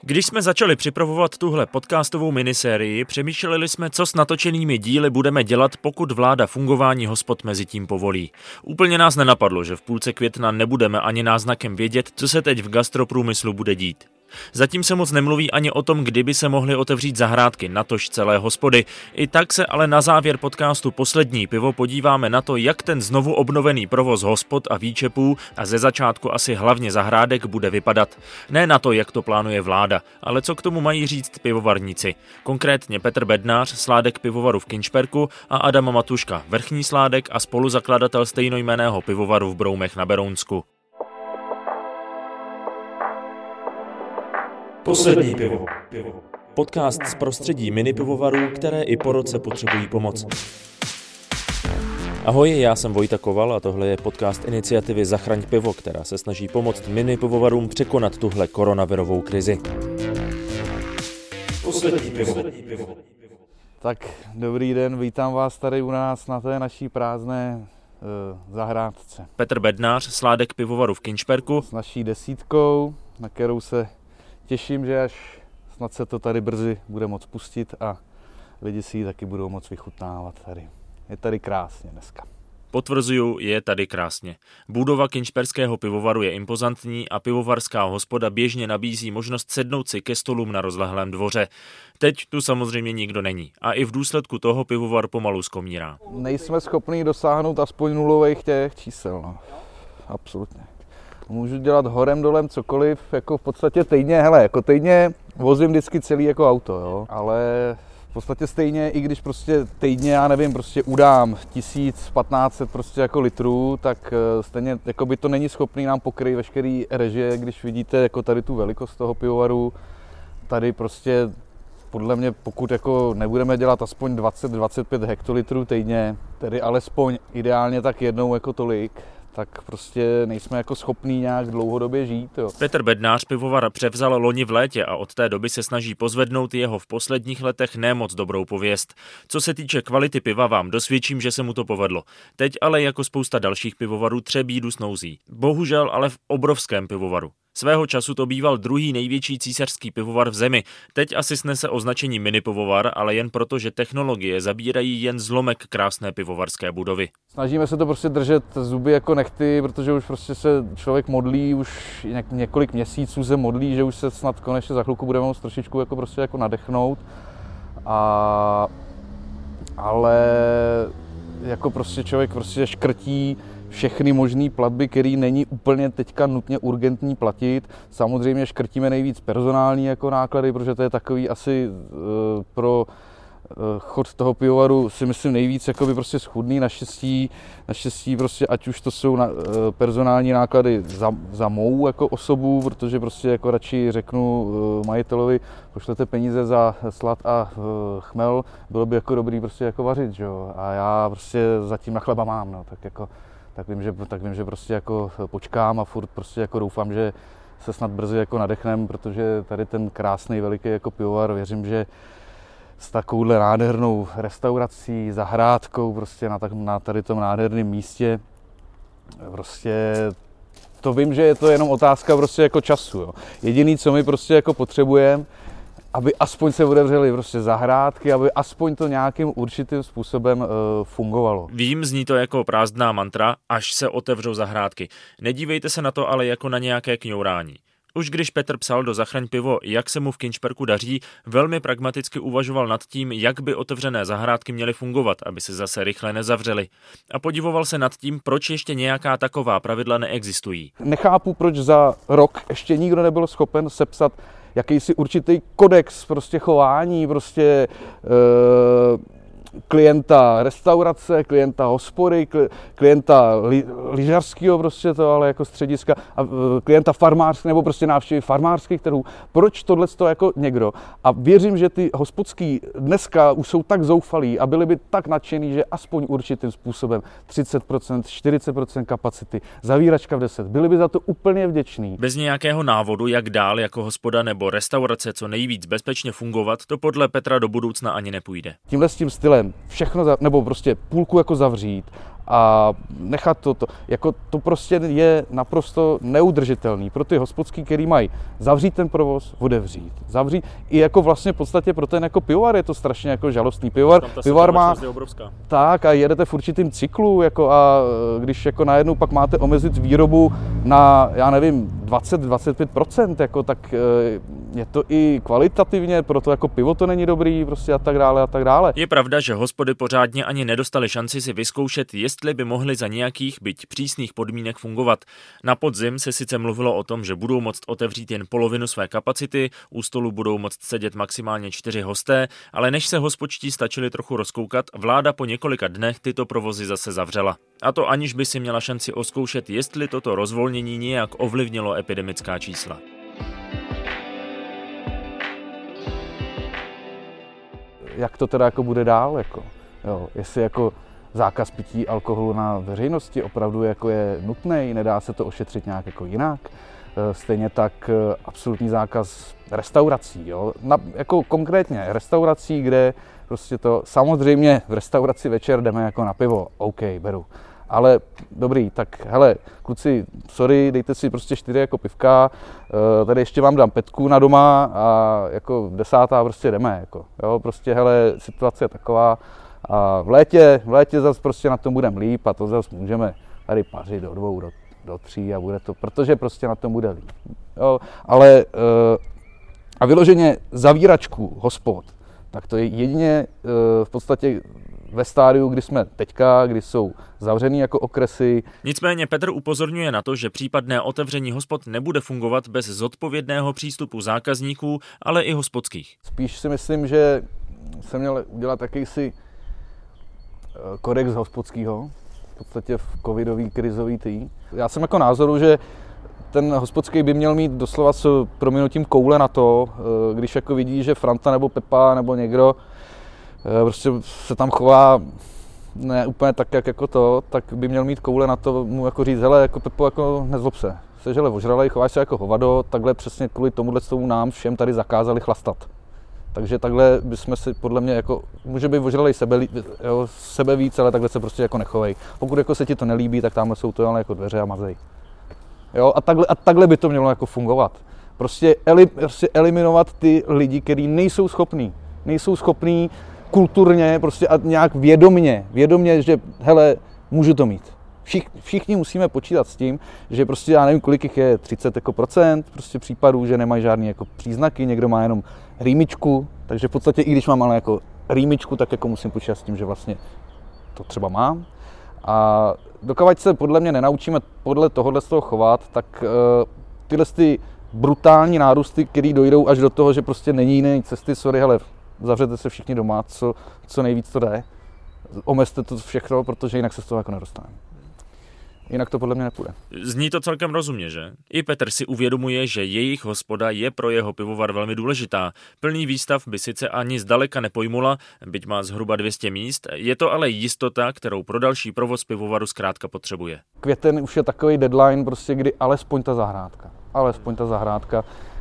Když jsme začali připravovat tuhle podcastovou minisérii, přemýšleli jsme, co s natočenými díly budeme dělat, pokud vláda fungování hospod mezi tím povolí. Úplně nás nenapadlo, že v půlce května nebudeme ani náznakem vědět, co se teď v gastroprůmyslu bude dít. Zatím se moc nemluví ani o tom, kdy by se mohly otevřít zahrádky, natož celé hospody. I tak se ale na závěr podcastu Poslední pivo podíváme na to, jak ten znovu obnovený provoz hospod a výčepů a ze začátku asi hlavně zahrádek bude vypadat. Ne na to, jak to plánuje vláda, ale co k tomu mají říct pivovarníci. Konkrétně Petr Bednář, sládek pivovaru v Kinšperku, a Adam Matuška, vrchní sládek a spoluzakladatel stejnojmenného pivovaru v Broumech na Berounsku. Poslední pivo. Podcast z prostředí minipivovarů, které i po roce potřebují pomoc. Ahoj, já jsem Vojta Koval a tohle je podcast iniciativy Zachraň pivo, která se snaží pomoct minipivovarům překonat tuhle koronavirovou krizi. Poslední pivo. Tak dobrý den, vítám vás tady u nás na té naší prázdné zahrádce. Petr Bednář, sládek pivovaru v Kinšperku. S naší desítkou, na kterou se těším, že až snad se to tady brzy bude moct pustit a lidi si ji taky budou moct vychutnávat tady. Je tady krásně dneska. Potvrzuju, je tady krásně. Budova kinšperského pivovaru je impozantní a pivovarská hospoda běžně nabízí možnost sednout si ke stolům na rozlehlém dvoře. Teď tu samozřejmě nikdo není a i v důsledku toho pivovar pomalu skomírá. Nejsme schopni dosáhnout aspoň nulových těch čísel, no. Absolutně. Můžu dělat horem dolem cokoliv, jako v podstatě týdně vozím vždycky celý jako auto, jo. Ale v podstatě stejně, i když prostě týdně, já nevím, prostě udám 1500 prostě jako litrů, tak stejně jako by to není schopný nám pokryt veškerý režie, když vidíte jako tady tu velikost toho pivovaru. Tady prostě podle mě, pokud jako nebudeme dělat aspoň 20-25 hektolitrů týdně, tedy alespoň ideálně tak jednou jako tolik, tak prostě nejsme jako schopní nějak dlouhodobě žít. Jo. Petr Bednář pivovar převzal loni v létě a od té doby se snaží pozvednout jeho v posledních letech nemoc dobrou pověst. Co se týče kvality piva, vám dosvědčím, že se mu to povedlo. Teď ale jako spousta dalších pivovarů třebí dus nouzí. Bohužel ale v obrovském pivovaru. Svého času to býval druhý největší císařský pivovar v zemi. Teď asi snese označení minipivovar, ale jen proto, že technologie zabírají jen zlomek krásné pivovarské budovy. Snažíme se to prostě držet zuby jako nechty, protože už prostě se člověk modlí, už několik měsíců se modlí, že už se snad konečně za chvilku budeme moct trošičku jako prostě jako nadechnout. Ale jako prostě člověk prostě škrtí všechny možné platby, které není úplně teďka nutně urgentní platit. Samozřejmě škrtíme nejvíc personální jako náklady, protože to je takový asi pro chod toho pivovaru si myslím nejvíc jakoby prostě schudný. Naštěstí prostě, ať už to jsou personální náklady za mou jako osobu, protože prostě jako radši řeknu majitelovi, pošlete peníze za slad a chmel, bylo by jako dobrý prostě jako vařit, že jo. A já prostě zatím na chleba mám, no, tak vím, že prostě jako počkám a furt prostě jako doufám, že se snad brzy jako nadechnem, protože tady ten krásný veliký jako pivovar, věřím, že s takovouhle nádhernou restaurací, zahrádkou prostě na tady tom nádherném místě, prostě to vím, že je to jenom otázka prostě jako času, jo. Jediný, co my prostě jako potřebujeme, aby aspoň se otevřely prostě zahrádky, aby aspoň to nějakým určitým způsobem fungovalo. Vím, zní to jako prázdná mantra, až se otevřou zahrádky. Nedívejte se na to ale jako na nějaké kňourání. Už když Petr psal do Zachraň pivo, jak se mu v Kinšperku daří, velmi pragmaticky uvažoval nad tím, jak by otevřené zahrádky měly fungovat, aby se zase rychle nezavřely. A podivoval se nad tím, proč ještě nějaká taková pravidla neexistují. Nechápu, proč za rok ještě nikdo nebyl schopen sepsat jakýsi určitý kodex prostě chování, prostě klienta restaurace, klienta hospody, klienta lyžařského prostě to, ale jako střediska, a klienta farmářského nebo prostě návštěvy farmářských trhů. Proč tohleto jako někdo? A věřím, že ty hospodský dneska už jsou tak zoufalí a byli by tak nadšený, že aspoň určitým způsobem 30%, 40% kapacity, zavíračka v 10, byli by za to úplně vděční. Bez nějakého návodu, jak dál jako hospoda nebo restaurace co nejvíc bezpečně fungovat, to podle Petra do budoucna ani nepůjde. Tímhle s tím stylem všechno, nebo prostě půlku jako zavřít a nechat to. Jako to prostě je naprosto neudržitelný pro ty hospodský, který mají zavřít ten provoz, otevřít, zavřít. I jako vlastně v podstatě pro ten jako pivovar je to strašně jako žalostný. Pivovar má tak a jedete v určitým cyklu jako a když jako najednou pak máte omezit výrobu na, já nevím, 20-25%, jako, tak je to i kvalitativně, proto jako pivo to není dobrý prostě a tak dále a tak dále. Je pravda, že hospody pořádně ani nedostali šanci si vyzkoušet, jestli by mohly za nějakých, byť přísných podmínek fungovat. Na podzim se sice mluvilo o tom, že budou moct otevřít jen polovinu své kapacity, u stolu budou moct sedět maximálně 4 hosté, ale než se hospodští stačili trochu rozkoukat, vláda po několika dnech tyto provozy zase zavřela. A to aniž by si měla šanci ozkoušet, jestli toto rozvolnění nějak ovlivnilo epidemická čísla. Jak to teda jako bude dál, jako, jo, jestli jako zákaz pití alkoholu na veřejnosti opravdu jako je nutný, nedá se to ošetřit nějak jako jinak. Stejně tak absolutní zákaz restaurací, jo, jako konkrétně restaurací, kde prostě to, samozřejmě v restauraci večer jdeme jako na pivo, OK, beru. Ale dobrý, tak hele, kluci, sorry, dejte si prostě 4 jako pivka, tady ještě vám dám 5 na doma a jako 10. prostě jdeme, jako, jo, prostě hele, situace je taková a v létě zase prostě na tom budeme líp a to zase můžeme tady pařit do 2, do 3 a bude to, protože prostě na tom bude líp, jo, ale a vyloženě zavíračku hospod, tak to je jedině v podstatě ve stádiu, kdy jsme teďka, kdy jsou zavřený jako okresy. Nicméně Petr upozorňuje na to, že případné otevření hospod nebude fungovat bez zodpovědného přístupu zákazníků, ale i hospodských. Spíš si myslím, že jsem měl udělat jakýsi kodex hospodského, v podstatě v covidový krizový tý. Já jsem jako názoru, že ten hospodský by měl mít doslova s prominutím koule na to, když jako vidí, že Franta nebo Pepa nebo někdo prostě se tam chová ne úplně tak, jak jako to, tak by měl mít koule na to mu jako říct, hele, jako Pepo, jako nezlob se. Jsi hele ožralej, chováš se jako hovado, takhle přesně kvůli tomuhle nám všem tady zakázali chlastat. Takže takhle bychom si podle mě jako, může být ožralej sebe víc, ale takhle se prostě jako nechovej. Pokud jako se ti to nelíbí, tak tamhle jsou to ale jako dveře a mazej. Jo, a takhle by to mělo jako fungovat. Prostě eliminovat ty lidi, kteří nejsou schopní kulturně prostě a nějak vědomně, že hele, můžu to mít. Všichni musíme počítat s tím, že prostě já nevím, kolik jich je, 30% prostě případů, že nemají žádný jako příznaky, někdo má jenom rýmičku, takže v podstatě i když mám ale jako rýmičku, tak jako musím počítat s tím, že vlastně to třeba mám. A dokud se podle mě nenaučíme podle tohohle z toho chovat, tak tyhle ty brutální nárůsty, které dojdou až do toho, že prostě není jiné cesty, sorry, hele, zavřete se všichni doma, co nejvíc to jde. Omezte to všechno, protože jinak se z toho jako nedostaneme. Jinak to podle mě nepůjde. Zní to celkem rozumně, že? I Petr si uvědomuje, že jejich hospoda je pro jeho pivovar velmi důležitá. Plný výstav by sice ani zdaleka nepojmula, byť má zhruba 200 míst, je to ale jistota, kterou pro další provoz pivovaru zkrátka potřebuje. Květen už je takový deadline, prostě, kdy alespoň ta zahrádka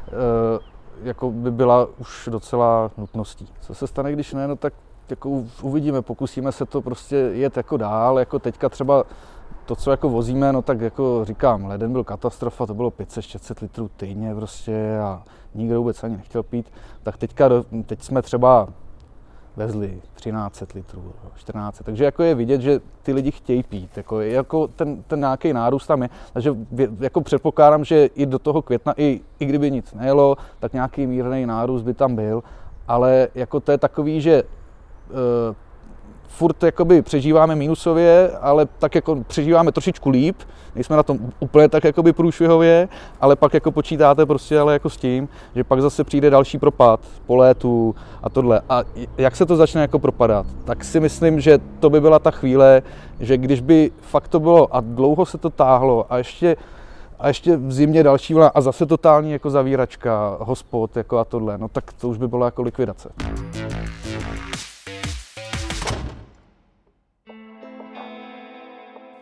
jako by byla už docela nutností. Co se stane, když ne, no tak jako uvidíme, pokusíme se to prostě jet jako dál, jako teďka třeba to, co jako vozíme, no tak jako říkám, leden byl katastrofa, to bylo 500-600 litrů týdně prostě a nikdo vůbec ani nechtěl pít, tak teď jsme třeba vezli 1300 litrů, 1400, takže jako je vidět, že ty lidi chtějí pít, jako ten nějaký nárůst tam je, takže jako předpokládám, že i do toho května, i kdyby nic nejelo, tak nějaký mírný nárůst by tam byl, ale jako to je takový, že furt jakoby přežíváme minusově, ale tak jako přežíváme trošičku líp, nejsme na tom úplně tak jakoby průšvihově, ale pak jako počítáte prostě ale jako s tím, že pak zase přijde další propad po létu a tohle. A jak se to začne jako propadat, tak si myslím, že to by byla ta chvíle, že když by fakt to bylo a dlouho se to táhlo a ještě v zimě další vlna a zase totální jako zavíračka, hospod jako a tohle, no tak to už by bylo jako likvidace.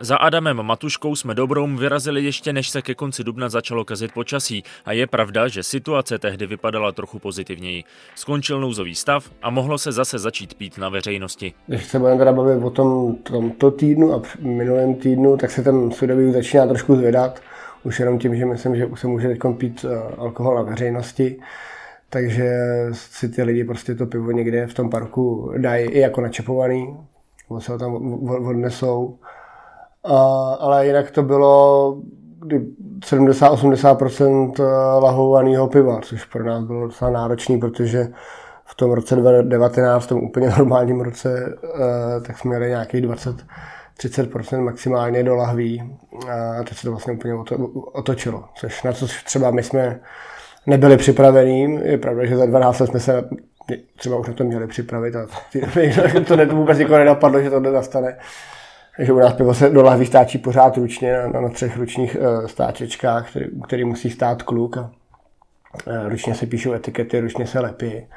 Za Adamem Matuškou jsme do Broum vyrazili ještě než se ke konci dubna začalo kazit počasí a je pravda, že situace tehdy vypadala trochu pozitivněji. Skončil nouzový stav a mohlo se zase začít pít na veřejnosti. Když se budeme teda bavit o tomto týdnu a minulém týdnu, tak se ten sudový začíná trošku zvedat. Už jenom tím, že myslím, že se může teď pít alkohol na veřejnosti. Takže si ty lidi prostě to pivo někde v tom parku dají i jako načepovaný, nebo se ho tam odnesou. Ale jinak to bylo 70-80% lahvovaného piva, což pro nás bylo docela náročný, protože v tom roce 2019, v tom úplně normálním roce, tak jsme měli nějakých 20-30% maximálně do lahví. A teď se to vlastně úplně otočilo, což na co třeba my jsme nebyli připravení. Je pravda, že za 12 let jsme se třeba už na to měli připravit a to vůbec nikoho nenapadlo, že to nastane. Takže u nás pivo se do lahví stáčí pořád ručně na 3 ručních stáčečkách, který musí stát kluk. A ručně se píšou etikety, ručně se lepí.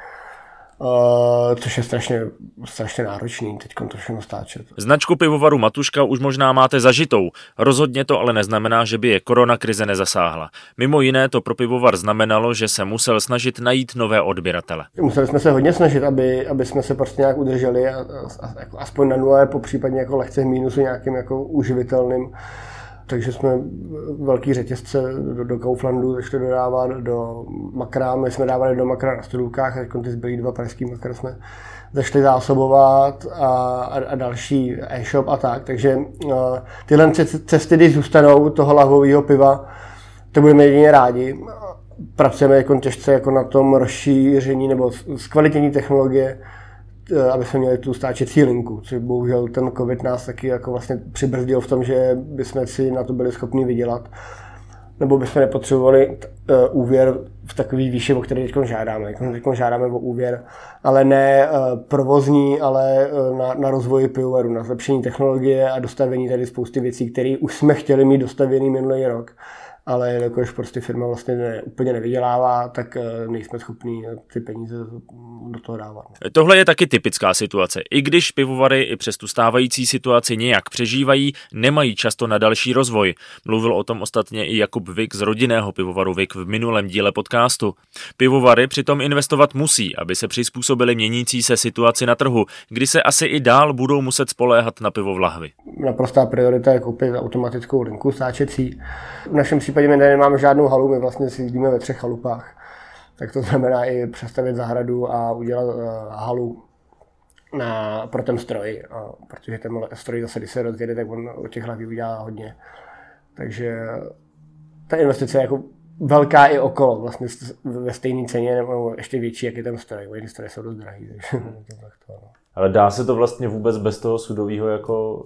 Což je strašně náročný teď to všechno stáčet. Značku pivovaru Matuška už možná máte zažitou. Rozhodně to ale neznamená, že by je koronakrize nezasáhla. Mimo jiné to pro pivovar znamenalo, že se musel snažit najít nové odběratele. Museli jsme se hodně snažit, aby jsme se prostě nějak udrželi jako aspoň na nule, popřípadně jako lehce v mínusu nějakým jako uživitelným. Takže jsme velký řetězce do Kauflandu začali dodávat, do Makra. My jsme dávali do Makra na Studůvkách a ty zbylý 2 pražský Makra jsme začali zásobovat a další e-shop a tak. Takže tyhle cesty, když zůstanou toho lahvového piva, to budeme jedině rádi. Pracujeme jako těžce jako na tom rozšíření nebo zkvalitnění technologie, aby jsme měli tu stáčecí linku, což bohužel ten covid nás taky jako vlastně přibrzdil v tom, že bychom si na to byli schopni vydělat, nebo bychom nepotřebovali úvěr v takový výši, o který teď žádáme. Teď žádáme o úvěr, ale ne provozní, ale na rozvoji pivovaru, na zlepšení technologie a dostavení tady spousty věcí, které už jsme chtěli mít dostavěný minulý rok. Ale jakož prostě firma vlastně úplně nevydělává, tak nejsme schopní ty peníze do toho dávat. Tohle je taky typická situace. I když pivovary i přes tu stávající situaci nějak přežívají, nemají často na další rozvoj. Mluvil o tom ostatně i Jakub Vik z rodinného pivovaru Vik v minulém díle podcastu. Pivovary přitom investovat musí, aby se přizpůsobili měnící se situaci na trhu, kdy se asi i dál budou muset spoléhat na pivo v lahvi. Naprostá priorita je koupit automatickou linku stáčecí. V našem případě my nemáme žádnou halu, my vlastně si jízdíme ve 3 chalupách. Tak to znamená i přestavit zahradu a udělat halu pro ten stroj. Protože ten stroj zase, když se rozjede, tak on od těch lahví udělá hodně. Takže ta investice je jako velká i okolo, vlastně ve stejné ceně nebo ještě větší, jak je ten stroj. Ty stroje jsou dost drahý. Ale dá se to vlastně vůbec bez toho sudového jako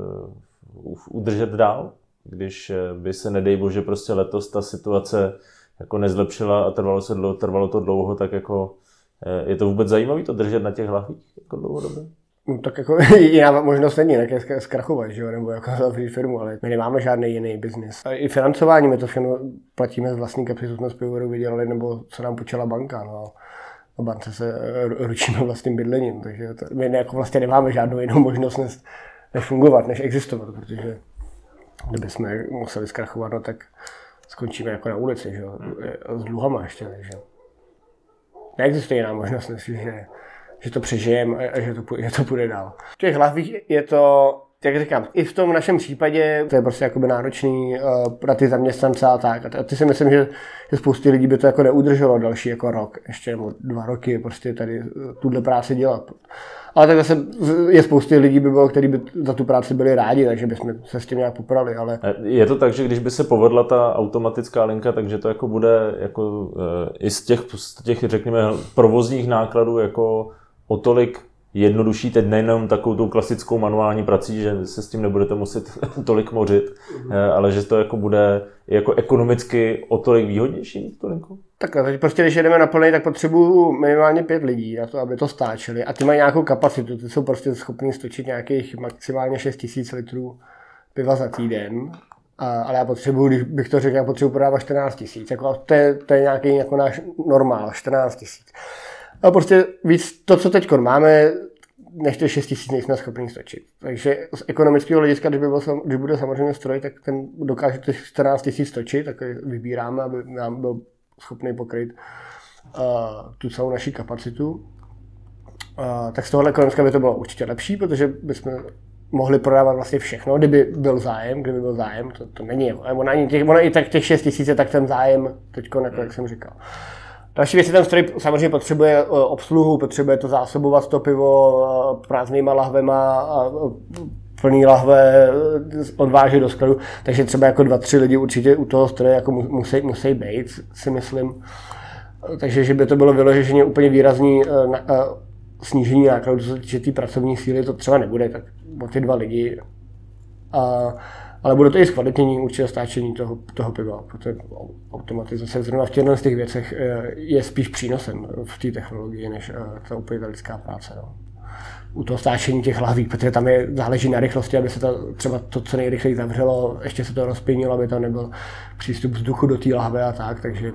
udržet dál? Když by se, nedej bože, prostě letos ta situace jako nezlepšila a trvalo to dlouho, tak jako je to vůbec zajímavé to držet na těch lahvích jako dlouhodobě? No, tak jako jiná možnost není, tak je zkrachovat, že jo, nebo jako zavřít firmu, ale my nemáme žádný jiný biznis. A i financování, my to všechno platíme z vlastní kapsy, co jsme z pivovaru vydělali, nebo co nám počala banka, no. A bance se ručíme vlastním bydlením, takže my jako vlastně nemáme žádnou jinou možnost než fungovat, než existovat, protože kdybychom museli zkrachovat, no, tak skončíme jako na ulici, že jo, s dluhama ještě, takže neexistuje jiná možnost, než že to přežijeme a že to půjde dál. V těch lahvích je to, jak říkám, i v tom našem případě to je prostě jakoby náročný pro ty zaměstnance a tak. A ty si myslím, že spousty lidí by to jako neudrželo další jako rok, ještě nebo 2 roky prostě tady tuhle práci dělat. Ale tak zase je spousty lidí kteří by za tu práci byli rádi, takže bychom se s tím nějak poprali. Ale je to tak, že když by se povedla ta automatická linka, takže to jako bude jako i z těch řekněme provozních nákladů jako o tolik jednodušší, teď nejenom takovou tou klasickou manuální prací, že se s tím nebudete muset tolik mořit, ale že to jako bude jako ekonomicky o tolik výhodnější tu linku? Takhle, teď prostě když jedeme na plnej, tak potřebuju minimálně 5 lidí na to, aby to stáčeli a ty mají nějakou kapacitu, ty jsou prostě schopní stočit nějakých maximálně 6 000 litrů piva za týden. Ale já potřebuju, když bych to řekl, já potřebuji prodávat 14 000, jako to je nějaký jako náš normál, 14 000. A prostě víc to, co teď máme, než těch 6 000 nejsme schopni stočit. Takže z ekonomického hlediska, když bude samozřejmě stroj, tak ten dokáže těch 14 000 stočit, tak vybíráme, aby nám byl schopný pokryt tu celou naši kapacitu. Tak z tohohle ekonomické by to bylo určitě lepší, protože bychom mohli prodávat vlastně všechno, kdyby byl zájem, to není. Ono i tak těch 6 000 je tak ten zájem teďko, jak jsem říkal. Další věc je, ten stroj samozřejmě potřebuje obsluhu, potřebuje to zásobovat to pivo prázdnýma lahvema a plný lahve odvážet do skladu, takže třeba jako 2-3 lidi určitě u toho stroje jako musí být, si myslím. Takže že by to bylo vyloženě úplně výrazný snížení nákladů, co se týče té pracovní síly, to třeba nebude, tak o ty 2 lidi. Ale bude to i zkvalitnění určitě stáčení toho piva, protože automatizace zrovna v těchto těch věcech je spíš přínosem v té technologii, než ta úplně lidská práce. No. U toho stáčení těch lahví, protože tam záleží na rychlosti, aby se třeba to co nejrychleji zavřelo, ještě se to rozpěnilo, aby tam nebyl přístup vzduchu do té lahve a tak, takže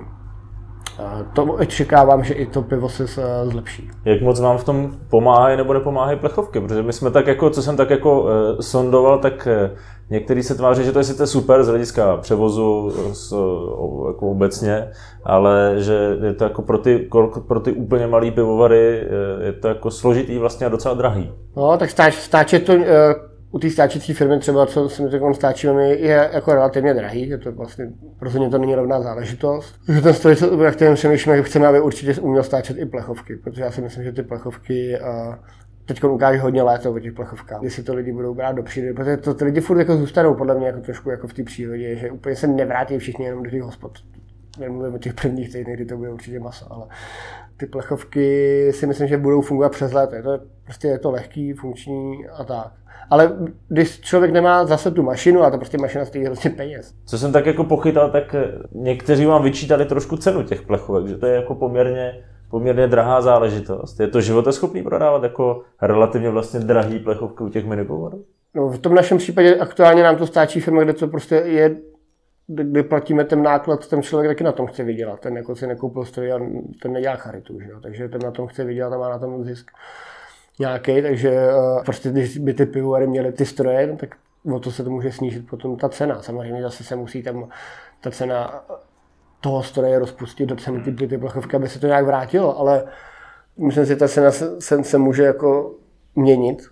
to očekávám, že i to pivo se zlepší. Jak moc vám v tom pomáhají nebo nepomáhají plechovky? Protože my jsme tak jako, co jsem tak jako sondoval, tak některý se tváří, že to je sice super z hlediska převozu jako obecně, ale že je to jako pro ty úplně malý pivovary je to jako složitý vlastně a docela drahý. No, tak stáčet to u té stáčecí firmy třeba, co si my teď stáčíme, je jako relativně drahý, je to vlastně, rozhodně to není rovná záležitost. Takže ten stroj, jak kterým přemýšlíme, chceme, aby určitě uměl stáčet i plechovky, protože já si myslím, že ty plechovky teď ukáže hodně léto o těch plechovkách, když si to lidi budou brát do přírody, protože to ty lidi furt jako zůstanou podle mě jako trošku jako v té přírodě, že úplně se nevrátí všichni jenom do těch hospod. Nemluvím o těch prvních týdnech, kdy to bude určitě maso, ale ty plechovky si myslím, že budou fungovat přes léto. Je to lehký, funkční a tak. Ale když člověk nemá zase tu mašinu, a to prostě mašina stojí hrozně peněz. Co jsem tak jako pochytal, tak někteří vám vyčítali trošku cenu těch plechovek, že to je jako poměrně drahá záležitost. Je to životaschopný prodávat jako relativně vlastně drahý plechovky u těch minipivovarů? No, v tom našem případě aktuálně nám to stáčí firma, kde to prostě je, kdy platíme ten náklad, ten člověk taky na tom chce vydělat. Ten jako si nekoupil stroj a ten nedělá charitu, že jo? Takže ten na tom chce vydělat a má na tom zisk nějaký, takže prostě když by ty pivovary měly ty stroje, tak o to se to může snížit potom ta cena. Samozřejmě zase se musí tam ta cena toho stroje rozpustit do ceny ty plechovky, aby se to nějak vrátilo, ale myslím si, že ta cena se může jako měnit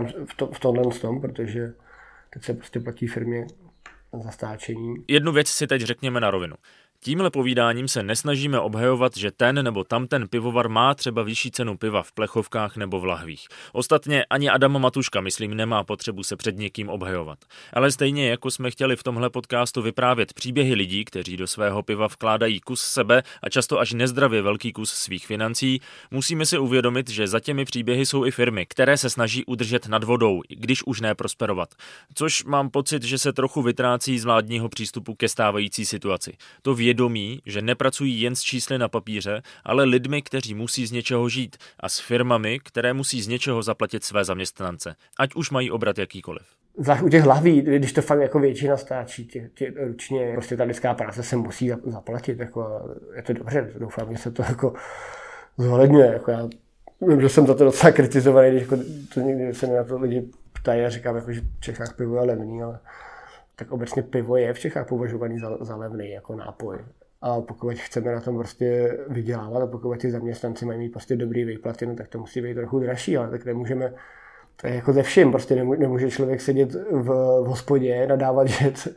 v tomhle tom, protože teď se prostě platí firmě za stáčení. Jednu věc si teď řekněme na rovinu. Tímhle povídáním se nesnažíme obhajovat, že ten nebo tamten pivovar má třeba vyšší cenu piva v plechovkách nebo v lahvích. Ostatně ani Adam Matuška, myslím, nemá potřebu se před někým obhajovat. Ale stejně jako jsme chtěli v tomhle podcastu vyprávět příběhy lidí, kteří do svého piva vkládají kus sebe a často až nezdravě velký kus svých financí, musíme si uvědomit, že za těmi příběhy jsou i firmy, které se snaží udržet nad vodou, když už ne prosperovat. Což mám pocit, že se trochu vytrácí z vládního přístupu ke stávající situaci. To vědomí, že nepracují jen s čísly na papíře, ale lidmi, kteří musí z něčeho žít, a s firmami, které musí z něčeho zaplatit své zaměstnance, ať už mají obrat jakýkoliv. Zvlášť u těch lahví, když to fakt jako většina stáčí, ručně, prostě ta lidská práce se musí zaplatit, jako, je to dobře, doufám, že se to jako zohledňuje. Jako já vím, že jsem za to docela kritizovaný, když jako, to někdy se mě na to lidi ptají a říkám, jako, že v Čechách pivo je levný, ale tak obecně pivo je v Čechách považovaný za levný jako nápoj. A pokud chceme na tom prostě vydělávat a pokud ti zaměstnanci mají mít prostě dobrý výplaty, no, tak to musí být trochu dražší, ale tak nemůžeme, to je jako ze vším, prostě nemůže člověk sedět v hospodě, nadávat,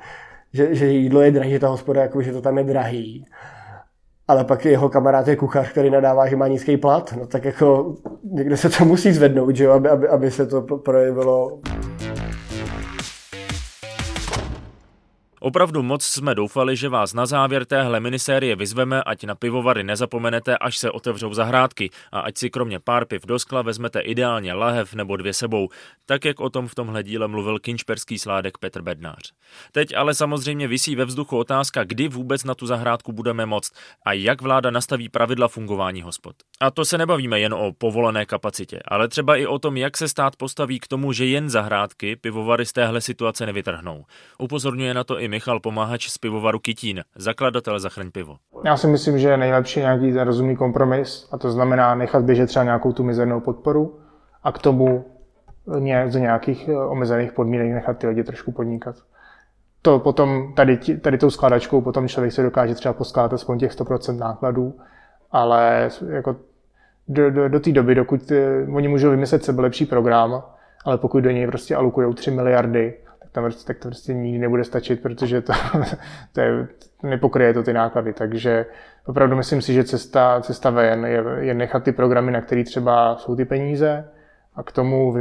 že jídlo je drahé, ta hospoda, jako, že to tam je drahý. Ale pak jeho kamarád je kuchař, který nadává, že má nízký plat, no tak jako někde se to musí zvednout, že jo, aby se to projevilo. Opravdu moc jsme doufali, že vás na závěr téhle minisérie vyzveme, ať na pivovary nezapomenete, až se otevřou zahrádky a ať si kromě pár piv do skla vezmete ideálně lahev nebo 2 sebou, tak jak o tom v tomhle díle mluvil kynšperský sládek Petr Bednář. Teď ale samozřejmě visí ve vzduchu otázka, kdy vůbec na tu zahrádku budeme moct a jak vláda nastaví pravidla fungování hospod. A to se nebavíme jen o povolené kapacitě, ale třeba i o tom, jak se stát postaví k tomu, že jen zahrádky pivovary z téhle situace nevytrhnou. Upozorňuje na to i Michal Pomáhač z pivovaru Kytín, zakladatel Zachraň pivo. Já si myslím, že je nejlepší nějaký rozumný kompromis, a to znamená nechat běžet třeba nějakou tu mizernou podporu a k tomu za nějakých omezených podmínek nechat ty lidi trošku podnikat. To potom tady tou skládačkou potom člověk se dokáže třeba poskládat aspoň těch 100% nákladů, ale jako do té doby, dokud oni můžou vymyslet sebelepší program, ale pokud do něj prostě alokujou 3 miliardy, tak to prostě nikdy nebude stačit, protože to nepokryje to ty náklady. Takže opravdu myslím si, že cesta ven je nechat ty programy, na které třeba jsou ty peníze, a k tomu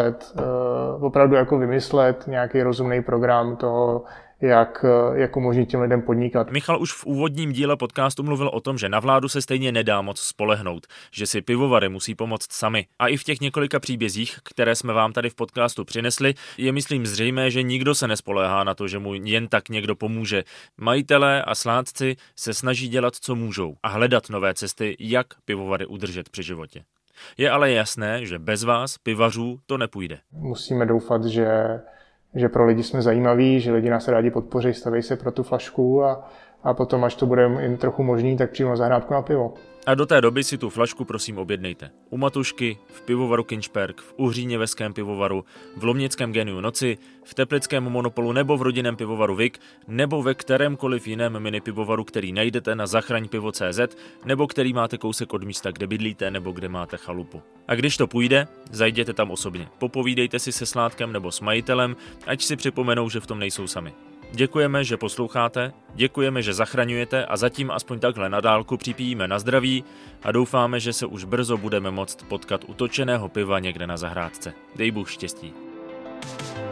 vymyslet nějaký rozumný program toho, jak umožnit těm lidem podnikat. Michal už v úvodním díle podcastu mluvil o tom, že na vládu se stejně nedá moc spolehnout, že si pivovary musí pomoct sami. A i v těch několika příbězích, které jsme vám tady v podcastu přinesli, je myslím zřejmé, že nikdo se nespoléhá na to, že mu jen tak někdo pomůže. Majitelé a sládci se snaží dělat, co můžou a hledat nové cesty, jak pivovary udržet při životě. Je ale jasné, že bez vás, pivařů, to nepůjde. Musíme doufat, že pro lidi jsme zajímaví, že lidi nás rádi podpoří, staví se pro tu flašku a potom, až to bude jen trochu možný, tak přijmu zahrádku na pivo. A do té doby si tu flašku prosím objednejte. U Matušky, v pivovaru Kinčperk, v Uhříněveském pivovaru, v Lomnickém Geniu noci, v Teplickém Monopolu nebo v rodinném pivovaru Vik, nebo ve kterémkoliv jiném mini pivovaru, který najdete na zachraňpivo.cz, nebo který máte kousek od místa, kde bydlíte nebo kde máte chalupu. A když to půjde, zajděte tam osobně. Popovídejte si se sládkem nebo s majitelem, ať si připomenou, že v tom nejsou sami. Děkujeme, že posloucháte, děkujeme, že zachraňujete a zatím aspoň takhle na dálku připijíme na zdraví a doufáme, že se už brzo budeme moct potkat u točeného piva někde na zahrádce. Dej Bůh štěstí.